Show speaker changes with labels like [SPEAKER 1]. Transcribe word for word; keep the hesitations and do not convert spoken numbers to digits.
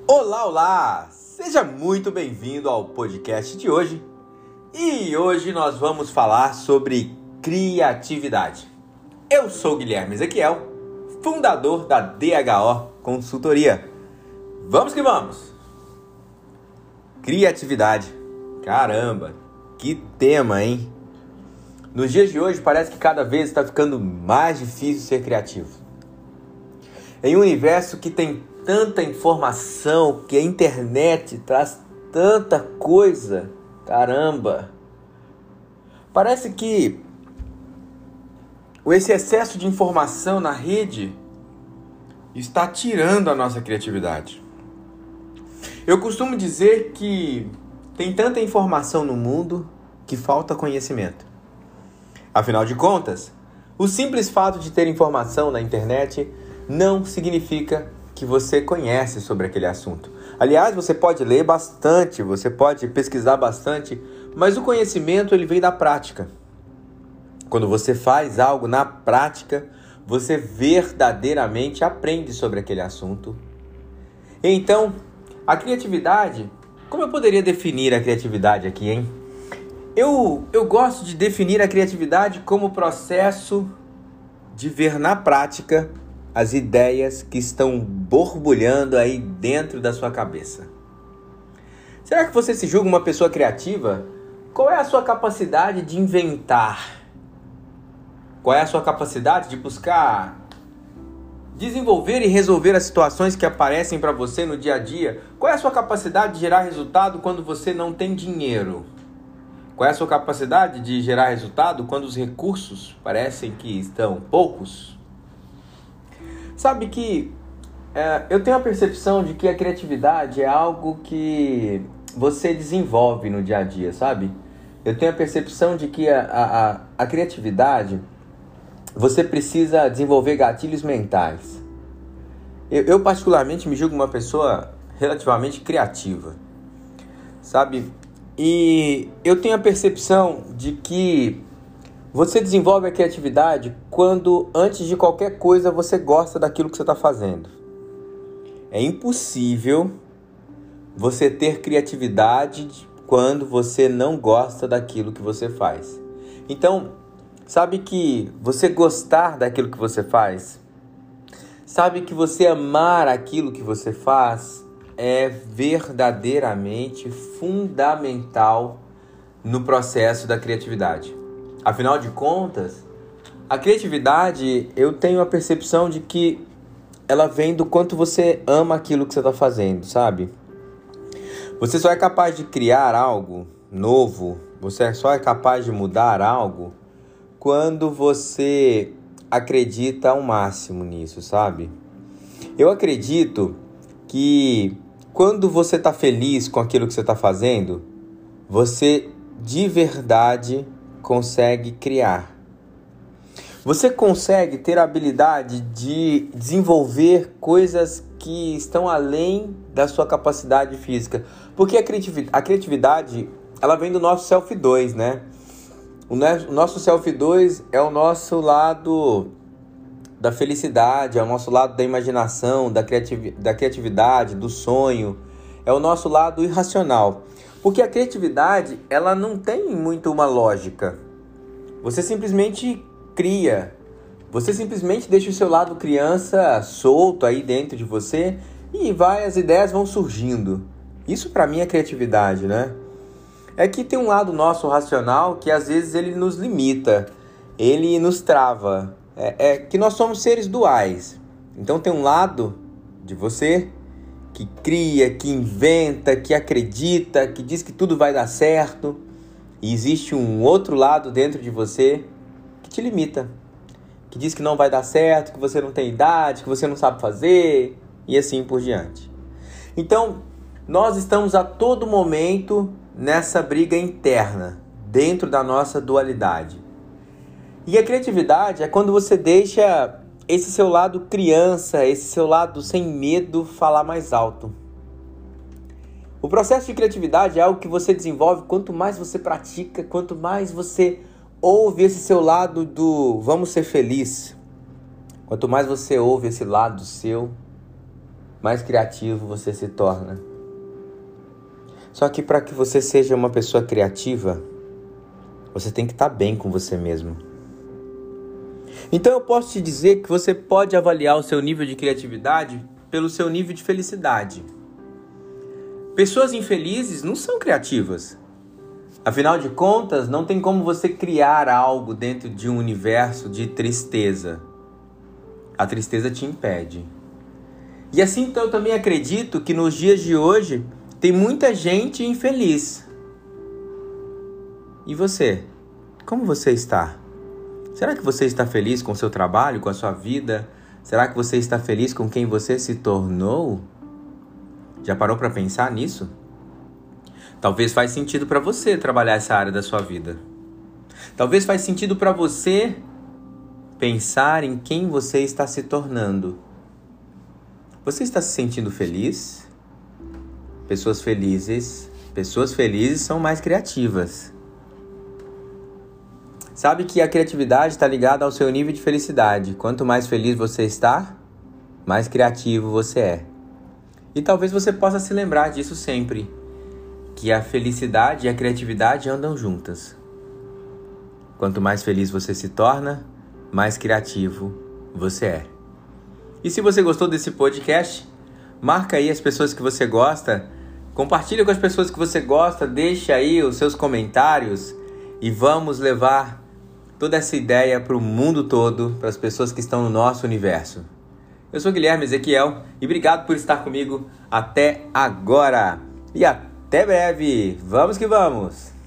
[SPEAKER 1] Olá, olá! Seja muito bem-vindo ao podcast de hoje. E hoje nós vamos falar sobre criatividade. Eu sou Guilherme Ezequiel, fundador da D H O Consultoria. Vamos que vamos! Criatividade. Caramba, que tema, hein? Nos dias de hoje parece que cada vez está ficando mais difícil ser criativo. Em um universo que tem tanta informação, que a internet traz tanta coisa, caramba! Parece que esse excesso de informação na rede está tirando a nossa criatividade. Eu costumo dizer que tem tanta informação no mundo que falta conhecimento. Afinal de contas, o simples fato de ter informação na internet não significa que você conhece sobre aquele assunto. Aliás, você pode ler bastante, você pode pesquisar bastante, mas o conhecimento ele vem da prática. Quando você faz algo na prática, você verdadeiramente aprende sobre aquele assunto. Então, a criatividade, como eu poderia definir a criatividade aqui, hein? Eu, eu gosto de definir a criatividade como o processo de ver na prática as ideias que estão borbulhando aí dentro da sua cabeça. Será que você se julga uma pessoa criativa? Qual é a sua capacidade de inventar? Qual é a sua capacidade de buscar desenvolver e resolver as situações que aparecem para você no dia a dia? Qual é a sua capacidade de gerar resultado quando você não tem dinheiro? Qual é a sua capacidade de gerar resultado quando os recursos parecem que estão poucos? Sabe que é, eu tenho a percepção de que a criatividade é algo que você desenvolve no dia a dia, sabe? Eu tenho a percepção de que a, a, a criatividade, você precisa desenvolver gatilhos mentais. Eu, eu particularmente me julgo uma pessoa relativamente criativa, sabe? E eu tenho a percepção de que você desenvolve a criatividade quando, antes de qualquer coisa, você gosta daquilo que você está fazendo. É impossível você ter criatividade quando você não gosta daquilo que você faz. Então, sabe que você gostar daquilo que você faz, sabe que você amar aquilo que você faz, é verdadeiramente fundamental no processo da criatividade. Afinal de contas, a criatividade, eu tenho a percepção de que ela vem do quanto você ama aquilo que você está fazendo, sabe? Você só é capaz de criar algo novo, você só é capaz de mudar algo quando você acredita ao máximo nisso, sabe? Eu acredito que quando você está feliz com aquilo que você está fazendo, você de verdade consegue criar. Você consegue ter a habilidade de desenvolver coisas que estão além da sua capacidade física. Porque a criatividade, a criatividade ela vem do nosso self dois, né? O nosso self dois é o nosso lado da felicidade, é o nosso lado da imaginação, da, criativ- da criatividade, do sonho. É o nosso lado irracional. Porque a criatividade, ela não tem muito uma lógica. Você simplesmente cria. Você simplesmente deixa o seu lado criança solto aí dentro de você e vai, as ideias vão surgindo. Isso para mim é criatividade, né? É que tem um lado nosso racional que às vezes ele nos limita, ele nos trava. É, é que nós somos seres duais. Então tem um lado de você que cria, que inventa, que acredita, que diz que tudo vai dar certo. E existe um outro lado dentro de você que te limita, que diz que não vai dar certo, que você não tem idade, que você não sabe fazer, e assim por diante. Então, nós estamos a todo momento nessa briga interna, dentro da nossa dualidade. E a criatividade é quando você deixa esse seu lado criança, esse seu lado sem medo falar mais alto. O processo de criatividade é algo que você desenvolve quanto mais você pratica, quanto mais você ouve esse seu lado do vamos ser feliz. Quanto mais você ouve esse lado seu, mais criativo você se torna. Só que para que você seja uma pessoa criativa, você tem que estar bem com você mesmo. Então eu posso te dizer que você pode avaliar o seu nível de criatividade pelo seu nível de felicidade. Pessoas infelizes não são criativas. Afinal de contas, não tem como você criar algo dentro de um universo de tristeza. A tristeza te impede. E assim, então, eu também acredito que nos dias de hoje tem muita gente infeliz. E você? Como você está? Será que você está feliz com o seu trabalho, com a sua vida? Será que você está feliz com quem você se tornou? Já parou para pensar nisso? Talvez faz sentido para você trabalhar essa área da sua vida. Talvez faz sentido para você pensar em quem você está se tornando. Você está se sentindo feliz? Pessoas felizes, pessoas felizes são mais criativas. Sabe que a criatividade está ligada ao seu nível de felicidade. Quanto mais feliz você está, mais criativo você é. E talvez você possa se lembrar disso sempre, que a felicidade e a criatividade andam juntas. Quanto mais feliz você se torna, mais criativo você é. E se você gostou desse podcast, marca aí as pessoas que você gosta, compartilha com as pessoas que você gosta, deixa aí os seus comentários e vamos levar toda essa ideia para o mundo todo, para as pessoas que estão no nosso universo. Eu sou Guilherme Ezequiel e obrigado por estar comigo até agora. E até breve. Vamos que vamos!